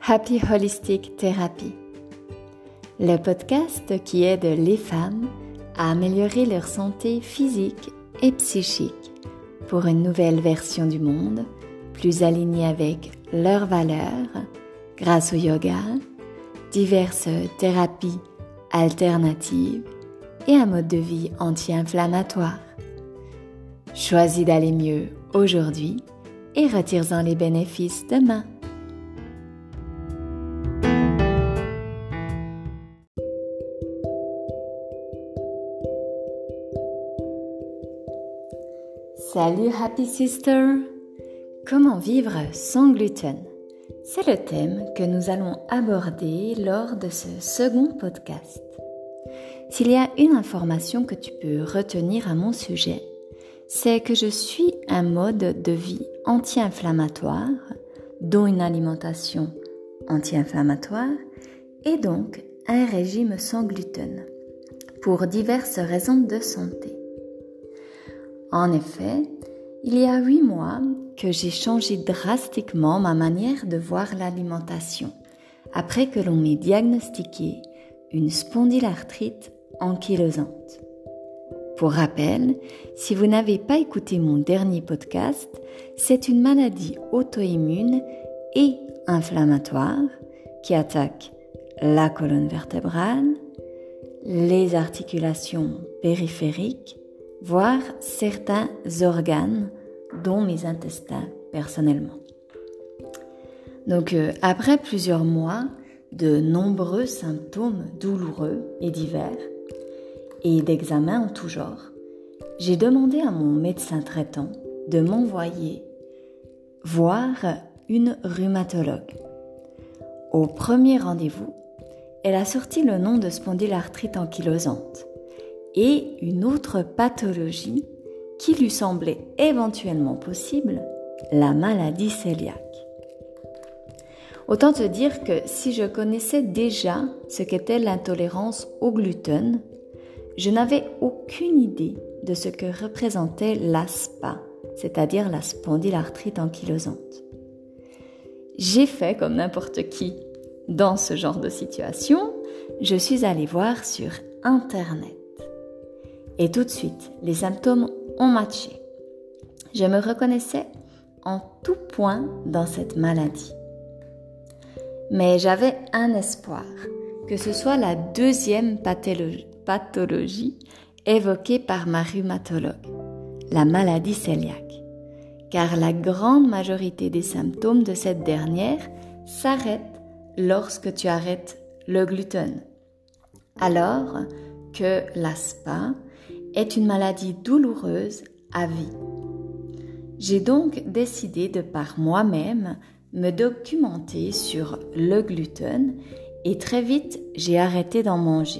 Happy Holistic Therapy, le podcast qui aide les femmes à améliorer leur santé physique et psychique pour une nouvelle version du monde, plus alignée avec leurs valeurs, grâce au yoga, diverses thérapies alternatives et un mode de vie anti-inflammatoire. Choisis d'aller mieux aujourd'hui et retire-en les bénéfices demain. Salut Happy Sister! Comment vivre sans gluten? C'est le thème que nous allons aborder lors de ce second podcast. S'il y a une information que tu peux retenir à mon sujet, c'est que je suis un mode de vie anti-inflammatoire, dont une alimentation anti-inflammatoire et donc un régime sans gluten, pour diverses raisons de santé. En effet, il y a 8 mois que j'ai changé drastiquement ma manière de voir l'alimentation après que l'on m'ait diagnostiqué une spondylarthrite ankylosante. Pour rappel, si vous n'avez pas écouté mon dernier podcast, c'est une maladie auto-immune et inflammatoire qui attaque la colonne vertébrale, les articulations périphériques, voire certains organes, dont mes intestins personnellement. Donc après plusieurs mois de nombreux symptômes douloureux et divers et d'examens en tout genre, j'ai demandé à mon médecin traitant de m'envoyer voir une rhumatologue. Au premier rendez-vous, elle a sorti le nom de spondylarthrite ankylosante et une autre pathologie qui lui semblait éventuellement possible, la maladie cœliaque. Autant te dire que si je connaissais déjà ce qu'était l'intolérance au gluten, je n'avais aucune idée de ce que représentait l'ASPA, c'est-à-dire la spondylarthrite ankylosante. J'ai fait comme n'importe qui dans ce genre de situation, je suis allée voir sur Internet. Et tout de suite, les symptômes ont matché. Je me reconnaissais en tout point dans cette maladie. Mais j'avais un espoir, que ce soit la deuxième pathologie évoquée par ma rhumatologue, la maladie cœliaque. Car la grande majorité des symptômes de cette dernière s'arrêtent lorsque tu arrêtes le gluten. Alors que l'ASPA est une maladie douloureuse à vie. J'ai donc décidé de par moi-même me documenter sur le gluten et très vite j'ai arrêté d'en manger.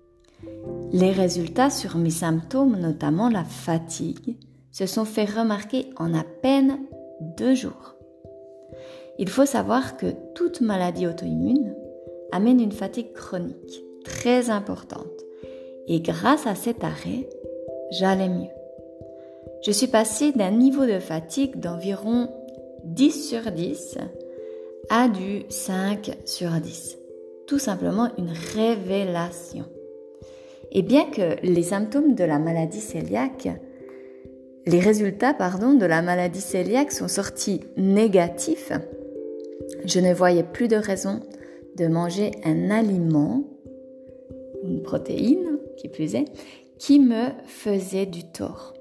Les résultats sur mes symptômes, notamment la fatigue, se sont fait remarquer en à peine 2 jours. Il faut savoir que toute maladie auto-immune amène une fatigue chronique très importante. Et grâce à cet arrêt, j'allais mieux. Je suis passée d'un niveau de fatigue d'environ 10 sur 10 à du 5 sur 10. Tout simplement une révélation. Et bien que les symptômes de la maladie cœliaque, les résultats de la maladie cœliaque sont sortis négatifs, je ne voyais plus de raison de manger un aliment, une protéine, qui plus est, qui me faisait du tort.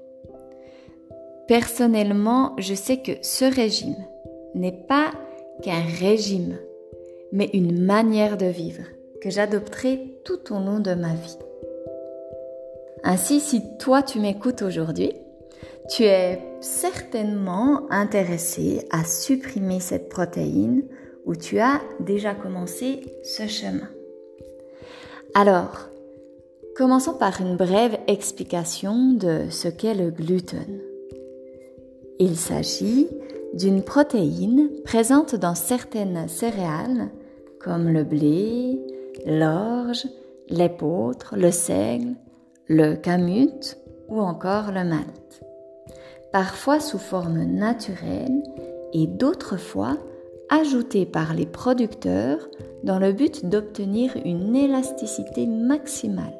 Personnellement, je sais que ce régime n'est pas qu'un régime, mais une manière de vivre que j'adopterai tout au long de ma vie. Ainsi, si toi tu m'écoutes aujourd'hui, tu es certainement intéressé à supprimer cette protéine ou tu as déjà commencé ce chemin. Alors, commençons par une brève explication de ce qu'est le gluten. Il s'agit d'une protéine présente dans certaines céréales comme le blé, l'orge, l'épeautre, le seigle, le kamut ou encore le malt. Parfois sous forme naturelle et d'autres fois ajoutée par les producteurs dans le but d'obtenir une élasticité maximale.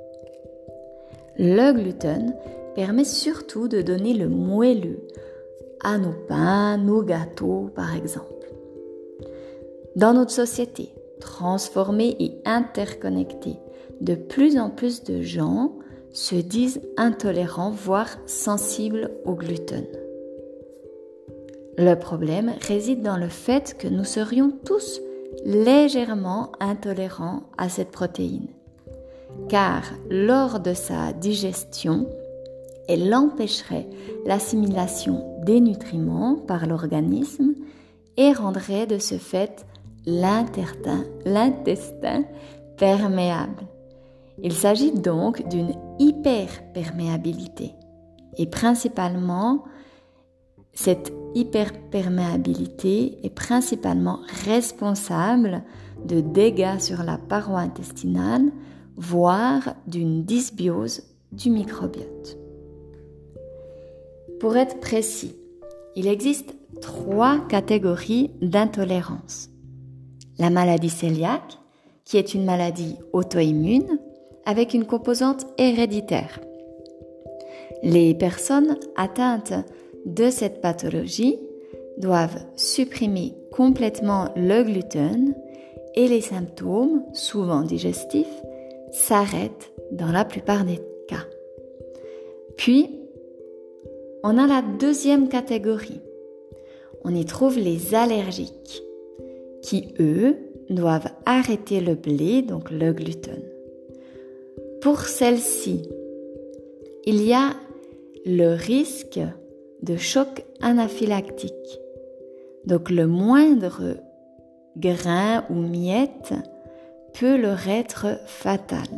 Le gluten permet surtout de donner le moelleux à nos pains, nos gâteaux par exemple. Dans notre société, transformée et interconnectée, de plus en plus de gens se disent intolérants, voire sensibles au gluten. Le problème réside dans le fait que nous serions tous légèrement intolérants à cette protéine, car lors de sa digestion, elle empêcherait l'assimilation des nutriments par l'organisme et rendrait de ce fait l'intestin perméable. Il s'agit donc d'une hyperperméabilité. Et principalement, cette hyperperméabilité est principalement responsable de dégâts sur la paroi intestinale, voire d'une dysbiose du microbiote. Pour être précis, il existe 3 catégories d'intolérance. La maladie cœliaque, qui est une maladie auto-immune avec une composante héréditaire. Les personnes atteintes de cette pathologie doivent supprimer complètement le gluten et les symptômes, souvent digestifs, s'arrêtent dans la plupart des cas. Puis, on a la deuxième catégorie. On y trouve les allergiques, qui, eux, doivent arrêter le blé, donc le gluten. Pour celles-ci, il y a le risque de choc anaphylactique. Donc le moindre grain ou miette peut leur être fatal.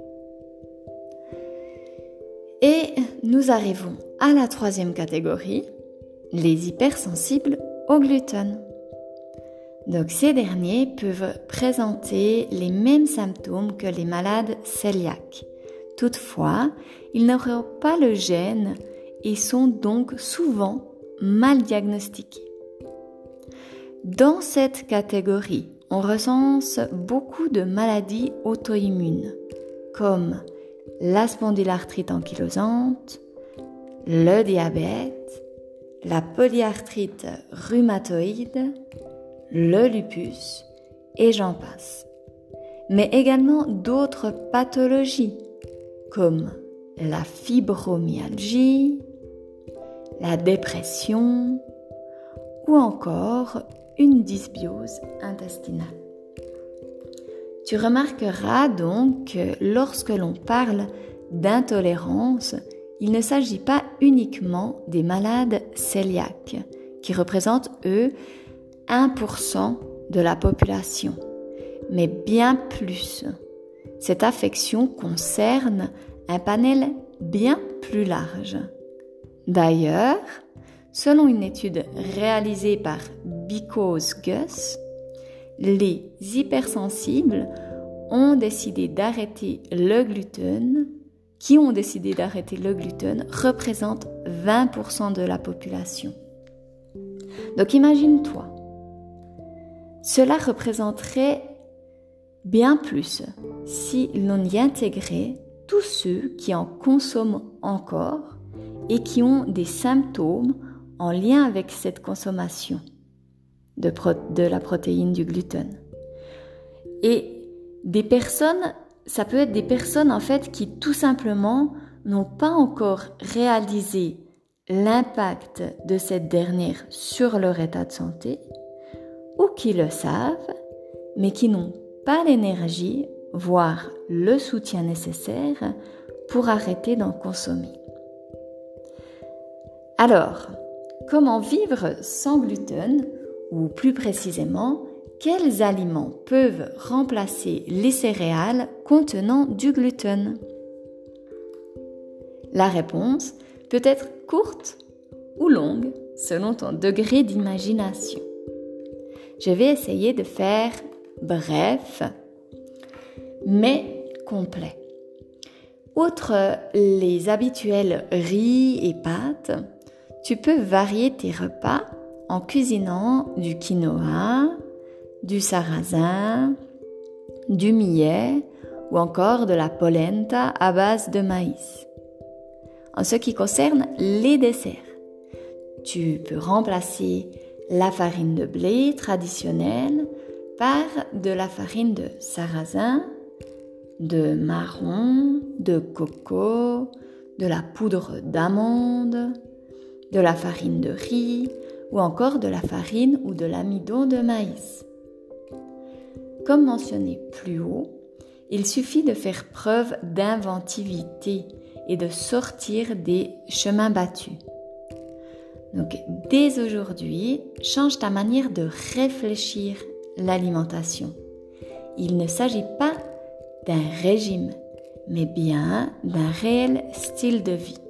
Et nous arrivons à la 3e catégorie, les hypersensibles au gluten. Donc ces derniers peuvent présenter les mêmes symptômes que les malades cœliaques. Toutefois, ils n'auront pas le gène et sont donc souvent mal diagnostiqués. Dans cette catégorie, on recense beaucoup de maladies auto-immunes, comme la spondylarthrite ankylosante, le diabète, la polyarthrite rhumatoïde, le lupus, et j'en passe. Mais également d'autres pathologies, comme la fibromyalgie, la dépression ou encore une dysbiose intestinale. Tu remarqueras donc que lorsque l'on parle d'intolérance, il ne s'agit pas uniquement des malades cœliaques, qui représentent, eux, 1% de la population, mais bien plus. Cette affection concerne un panel bien plus large. D'ailleurs, selon une étude réalisée par Because Gus, les hypersensibles ont décidé d'arrêter le gluten, représentent 20% de la population. Donc imagine-toi, cela représenterait bien plus si l'on y intégrait tous ceux qui en consomment encore et qui ont des symptômes en lien avec cette consommation de la protéine du gluten. Et des personnes, ça peut être des personnes en fait qui tout simplement n'ont pas encore réalisé l'impact de cette dernière sur leur état de santé, ou qui le savent, mais qui n'ont pas l'énergie, voire le soutien nécessaire pour arrêter d'en consommer. Alors, comment vivre sans gluten, ou plus précisément, quels aliments peuvent remplacer les céréales contenant du gluten? La réponse peut être courte ou longue selon ton degré d'imagination. Je vais essayer de faire bref, mais complet. Outre les habituels riz et pâtes, tu peux varier tes repas en cuisinant du quinoa, du sarrasin, du millet ou encore de la polenta à base de maïs. En ce qui concerne les desserts, tu peux remplacer la farine de blé traditionnelle par de la farine de sarrasin, de marron, de coco, de la poudre d'amande, de la farine de riz ou encore de la farine ou de l'amidon de maïs. Comme mentionné plus haut, il suffit de faire preuve d'inventivité et de sortir des chemins battus. Donc, dès aujourd'hui, change ta manière de réfléchir l'alimentation. Il ne s'agit pas d'un régime, mais bien d'un réel style de vie.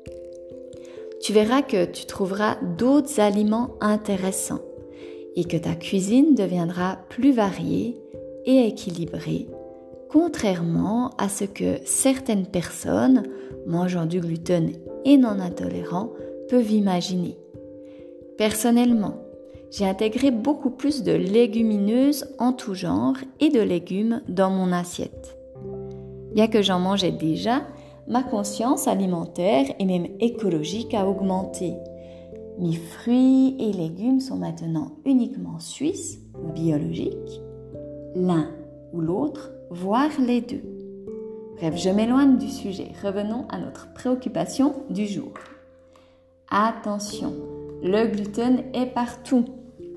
Tu verras que tu trouveras d'autres aliments intéressants et que ta cuisine deviendra plus variée et équilibrée, contrairement à ce que certaines personnes mangeant du gluten et non intolérants peuvent imaginer. Personnellement, j'ai intégré beaucoup plus de légumineuses en tout genre et de légumes dans mon assiette. Bien que j'en mangeais déjà, ma conscience alimentaire et même écologique a augmenté. Mes fruits et légumes sont maintenant uniquement suisses ou biologiques, l'un ou l'autre, voire les deux. Bref, je m'éloigne du sujet. Revenons à notre préoccupation du jour. Attention, le gluten est partout,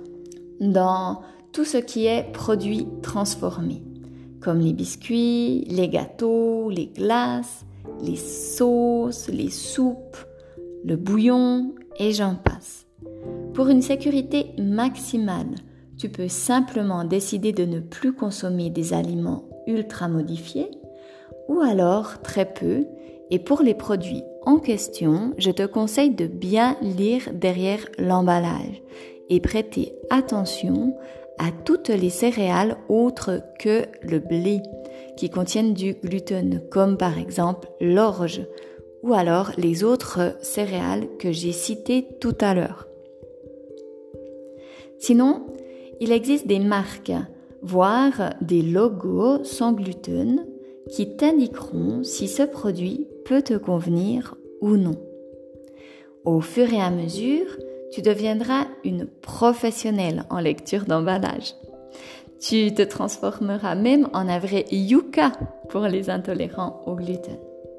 dans tout ce qui est produit transformé, comme les biscuits, les gâteaux, les glaces, les sauces, les soupes, le bouillon et j'en passe. Pour une sécurité maximale, tu peux simplement décider de ne plus consommer des aliments ultra modifiés ou alors très peu. Et pour les produits en question, je te conseille de bien lire derrière l'emballage et prêter attention à toutes les céréales autres que le blé qui contiennent du gluten, comme par exemple l'orge ou alors les autres céréales que j'ai citées tout à l'heure. Sinon, il existe des marques, voire des logos sans gluten qui t'indiqueront si ce produit peut te convenir ou non. Au fur et à mesure, tu deviendras une professionnelle en lecture d'emballage. Tu te transformeras même en un vrai yucca pour les intolérants au gluten.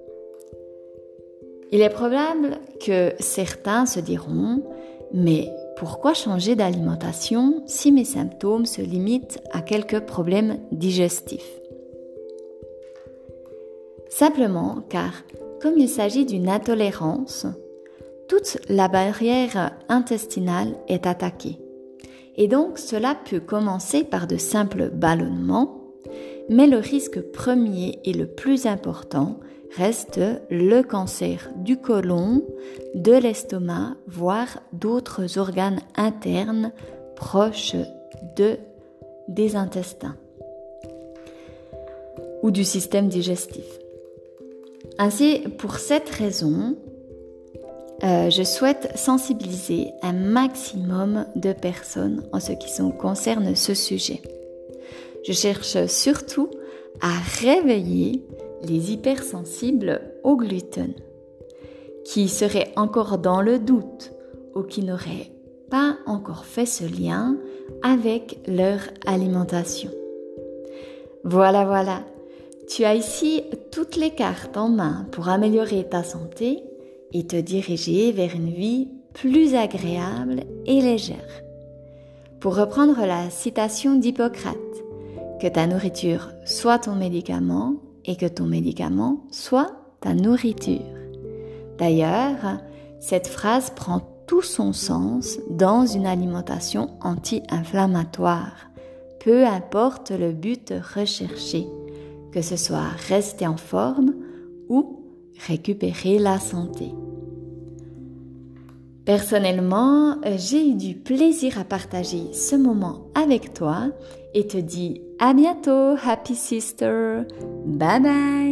Il est probable que certains se diront « Mais pourquoi changer d'alimentation si mes symptômes se limitent à quelques problèmes digestifs ?» Simplement car, comme il s'agit d'une intolérance, toute la barrière intestinale est attaquée. Et donc, cela peut commencer par de simples ballonnements, mais le risque premier et le plus important reste le cancer du côlon, de l'estomac, voire d'autres organes internes proches des intestins ou du système digestif. Ainsi, pour cette raison, je souhaite sensibiliser un maximum de personnes en ce qui concerne ce sujet. Je cherche surtout à réveiller les hypersensibles au gluten, qui seraient encore dans le doute ou qui n'auraient pas encore fait ce lien avec leur alimentation. Voilà. Tu as ici toutes les cartes en main pour améliorer ta santé et te diriger vers une vie plus agréable et légère. Pour reprendre la citation d'Hippocrate, que ta nourriture soit ton médicament et que ton médicament soit ta nourriture. D'ailleurs, cette phrase prend tout son sens dans une alimentation anti-inflammatoire, peu importe le but recherché, que ce soit rester en forme ou récupérer la santé. Personnellement, j'ai eu du plaisir à partager ce moment avec toi et te dis à bientôt, Happy Sister. Bye bye.